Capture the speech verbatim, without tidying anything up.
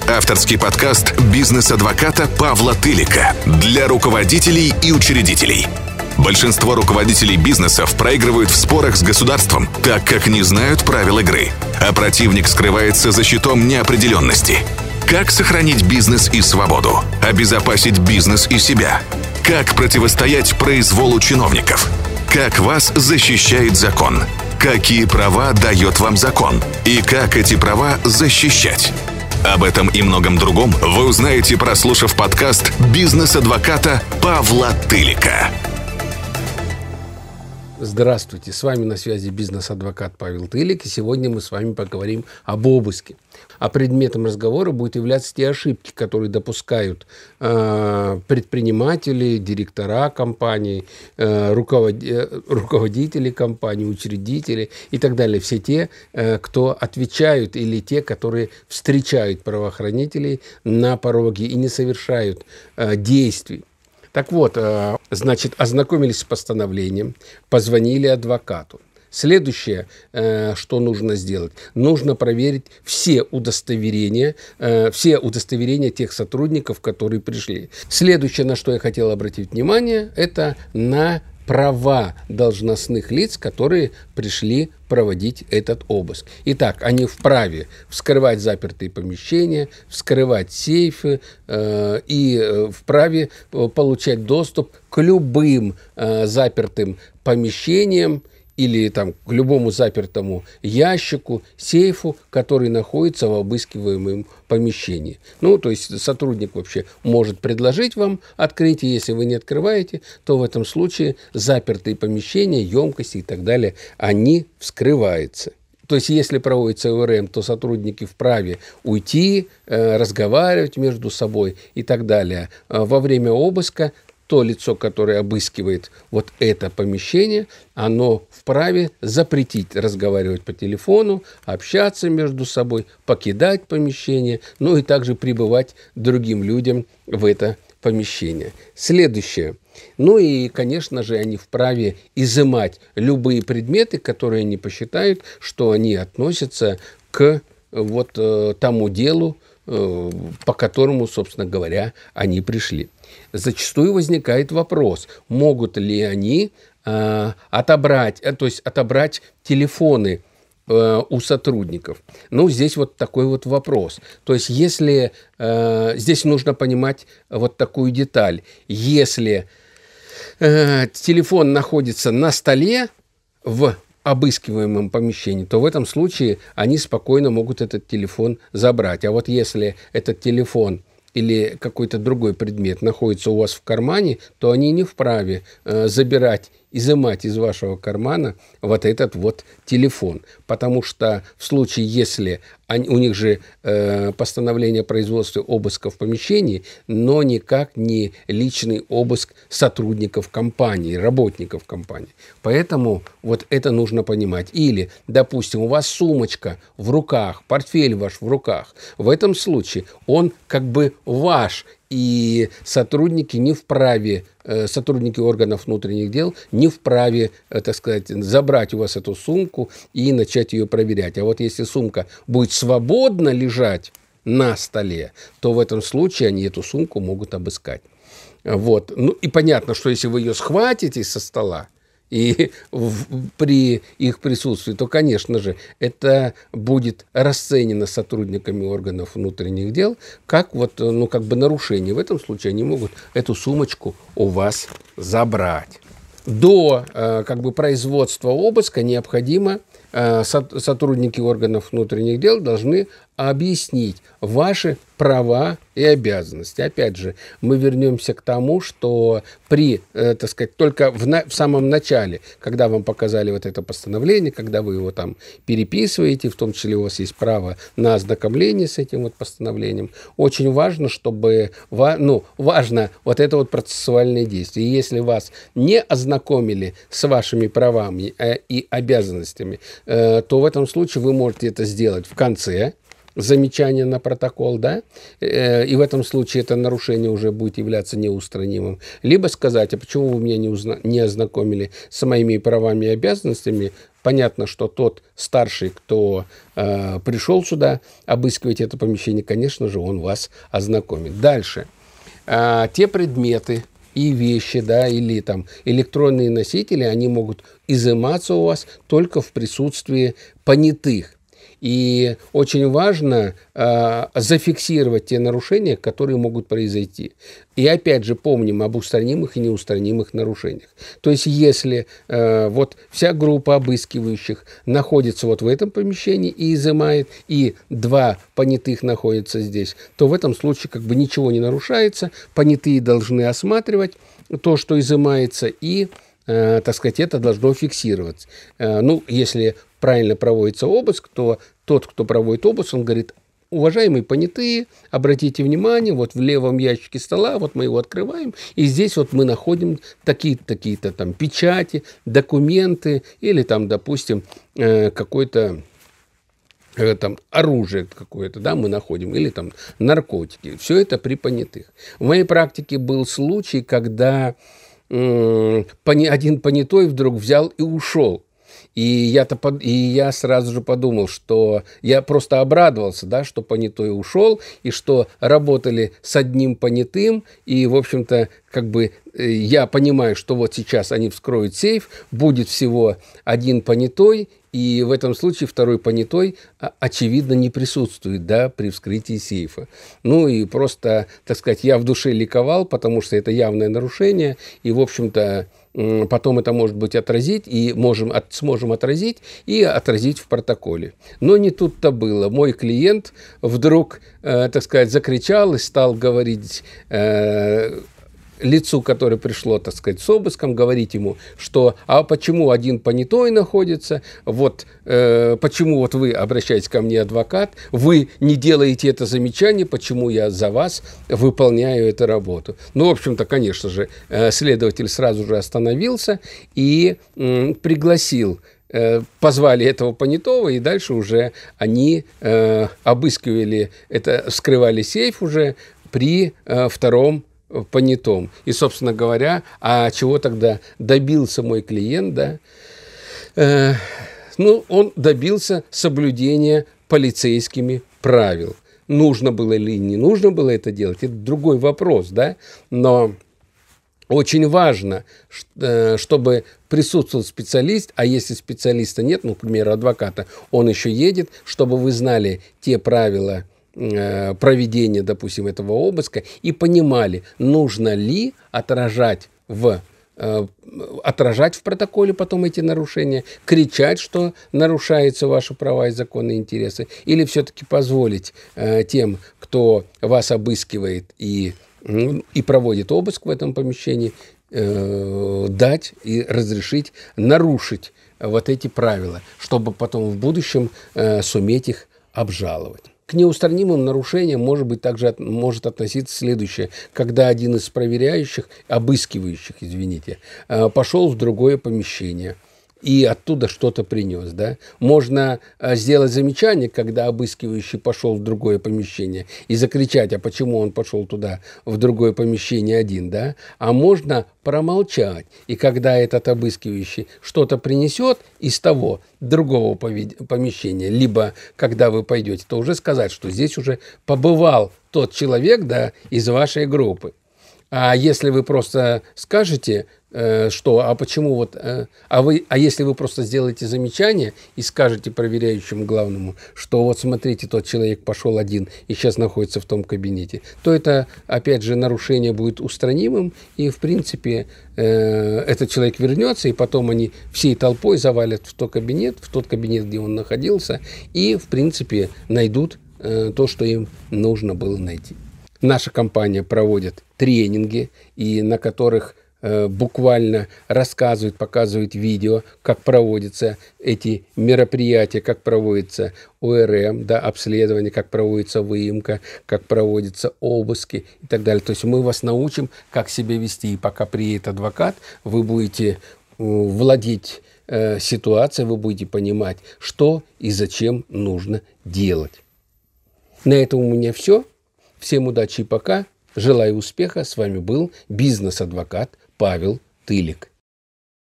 Авторский подкаст бизнес-адвоката Павла Тылика для руководителей и учредителей. Большинство руководителей бизнесов проигрывают в спорах с государством, так как не знают правил игры, а противник скрывается за щитом неопределенности. Как сохранить бизнес и свободу? Обезопасить бизнес и себя? Как противостоять произволу чиновников? Как вас защищает закон? Какие права дает вам закон? И как эти права защищать? Об этом и многом другом вы узнаете, прослушав подкаст бизнес-адвоката Павла Тылика. Здравствуйте, с вами на связи бизнес-адвокат Павел Тылик, и сегодня мы с вами поговорим об обыске. А предметом разговора будут являться те ошибки, которые допускают э, предприниматели, директора компаний, э, руководи, руководители компаний, учредители и так далее. Все те, э, кто отвечают, или те, которые встречают правоохранителей на пороге и не совершают э, действий. Так вот, значит, ознакомились с постановлением, позвонили адвокату. Следующее, что нужно сделать, нужно проверить все удостоверения, все удостоверения тех сотрудников, которые пришли. Следующее, на что я хотел обратить внимание, это на права должностных лиц, которые пришли проводить этот обыск. Итак, они вправе вскрывать запертые помещения, вскрывать сейфы э, и э, вправе получать доступ к любым э, запертым помещениям или там, к любому запертому ящику, сейфу, который находится в обыскиваемом помещении. Ну, то есть сотрудник вообще может предложить вам открыть, и если вы не открываете, то в этом случае запертые помещения, емкости и так далее, они вскрываются. То есть, если проводится ОРМ, то сотрудники вправе уйти, э, разговаривать между собой и так далее. Во время обыска то лицо, которое обыскивает вот это помещение, оно вправе запретить разговаривать по телефону, общаться между собой, покидать помещение, ну и также прибывать другим людям в это помещение. Следующее. Ну и, конечно же, они вправе изымать любые предметы, которые они посчитают, что они относятся к вот э, тому делу, э, по которому, собственно говоря, они пришли. Зачастую возникает вопрос, могут ли они э, отобрать, э, то есть отобрать телефоны э, у сотрудников. Ну, здесь вот такой вот вопрос. То есть, если э, здесь нужно понимать вот такую деталь. Если э, телефон находится на столе в обыскиваемом помещении, то в этом случае они спокойно могут этот телефон забрать. А вот если этот телефон или какой-то другой предмет находится у вас в кармане, то они не вправе э, забирать, изымать из вашего кармана вот этот вот телефон. Потому что в случае, если они, у них же э, постановление о производстве обыска в помещении, но никак не личный обыск сотрудников компании, работников компании. Поэтому вот это нужно понимать. Или, допустим, у вас сумочка в руках, портфель ваш в руках. В этом случае он как бы ваш, и сотрудники не вправе, сотрудники органов внутренних дел не вправе, так сказать, забрать у вас эту сумку и начать ее проверять. А вот если сумка будет свободно лежать на столе, то в этом случае они эту сумку могут обыскать. Вот. Ну и понятно, что если вы ее схватите со стола, и в, при их присутствии, то, конечно же, это будет расценено сотрудниками органов внутренних дел как вот, ну, как бы нарушение. В этом случае они могут эту сумочку у вас забрать. До э, как бы производства обыска необходимо, э, со, сотрудники органов внутренних дел должны объяснить ваши права и обязанности. Опять же, мы вернемся к тому, что при, э, так сказать, только в, на, в самом начале, когда вам показали вот это постановление, когда вы его там переписываете, в том числе у вас есть право на ознакомление с этим вот постановлением, очень важно, чтобы, ну, важно вот это вот процессуальное действие. И если вас не ознакомили с вашими правами э, и обязанностями, э, то в этом случае вы можете это сделать в конце замечание на протокол, да, и в этом случае это нарушение уже будет являться неустранимым. Либо сказать, а почему вы меня не, узна- не ознакомили с моими правами и обязанностями. Понятно, что тот старший, кто э, пришел сюда обыскивать это помещение, конечно же, он вас ознакомит. Дальше. Э, те предметы и вещи, да, или там электронные носители, они могут изыматься у вас только в присутствии понятых. И очень важно э, зафиксировать те нарушения, которые могут произойти. И опять же помним об устранимых и неустранимых нарушениях. То есть если э, вот вся группа обыскивающих находится вот в этом помещении и изымает, и два понятых находятся здесь, то в этом случае как бы ничего не нарушается. Понятые должны осматривать то, что изымается, и, э, так сказать, это должно фиксироваться. Э, ну, если правильно проводится обыск, то тот, кто проводит обыск, он говорит: уважаемые понятые, обратите внимание, вот в левом ящике стола, вот мы его открываем, и здесь вот мы находим такие-то, такие-то там печати, документы или там, допустим, э, какой-то э, там оружие какое-то, да, мы находим, или там наркотики. Все это при понятых. В моей практике был случай, когда э, один понятой вдруг взял и ушел. И я-то под... и я сразу же подумал, что я просто обрадовался, да, что понятой ушел, и что работали с одним понятым, и, в общем-то, как бы я понимаю, что вот сейчас они вскроют сейф, будет всего один понятой, и в этом случае второй понятой, очевидно, не присутствует, да, при вскрытии сейфа. Ну и просто, так сказать, я в душе ликовал, потому что это явное нарушение, и, в общем-то, потом это может быть отразить, и можем, от, сможем отразить и отразить в протоколе. Но не тут-то было. Мой клиент вдруг, э, так сказать, закричал и стал говорить э, лицу, которое пришло, так сказать, с обыском, говорить ему, что а почему один понятой находится, вот э, почему вот вы обращаетесь ко мне, адвокат, вы не делаете это замечание, почему я за вас выполняю эту работу. Ну, в общем-то, конечно же, э, следователь сразу же остановился и э, пригласил, э, позвали этого понятого, и дальше уже они э, обыскивали, это, вскрывали сейф уже при э, втором понятом. И, собственно говоря, а чего тогда добился мой клиент, да? Э, ну, он добился соблюдения полицейскими правил. Нужно было или не нужно было это делать, это другой вопрос, да? Но очень важно, чтобы присутствовал специалист, а если специалиста нет, ну, к примеру, адвоката, он еще едет, чтобы вы знали те правила проведения, допустим, этого обыска и понимали, нужно ли отражать в, э, отражать в протоколе потом эти нарушения, кричать, что нарушаются ваши права и законные интересы, или все-таки позволить э, тем, кто вас обыскивает и, ну, и проводит обыск в этом помещении, э, дать и разрешить нарушить вот эти правила, чтобы потом в будущем э, суметь их обжаловать. К неустранимым нарушениям может быть также от, может относиться следующее. Когда один из проверяющих, обыскивающих, извините, пошел в другое помещение и оттуда что-то принес, да. Можно сделать замечание, когда обыскивающий пошел в другое помещение, и закричать, а почему он пошел туда, в другое помещение один, да. А можно промолчать, и когда этот обыскивающий что-то принесет из того другого помещения, либо когда вы пойдете, то уже сказать, что здесь уже побывал тот человек, да, из вашей группы. А если вы просто скажете, э, что, а почему вот, э, а вы, а если вы просто сделаете замечание и скажете проверяющему главному, что вот смотрите, тот человек пошел один и сейчас находится в том кабинете, то это, опять же, нарушение будет устранимым, и, в принципе, э, этот человек вернется, и потом они всей толпой завалят в тот кабинет, в тот кабинет, где он находился, и, в принципе, найдут э, то, что им нужно было найти. Наша компания проводит тренинги, и на которых э, буквально рассказывают, показывают видео, как проводятся эти мероприятия, как проводится о эр эм, да, обследование, как проводится выемка, как проводятся обыски и так далее. То есть мы вас научим, как себя вести, и пока приедет адвокат, вы будете э, владеть э, ситуацией, вы будете понимать, что и зачем нужно делать. На этом у меня все. Всем удачи и пока. Желаю успеха. С вами был бизнес-адвокат Павел Тылик.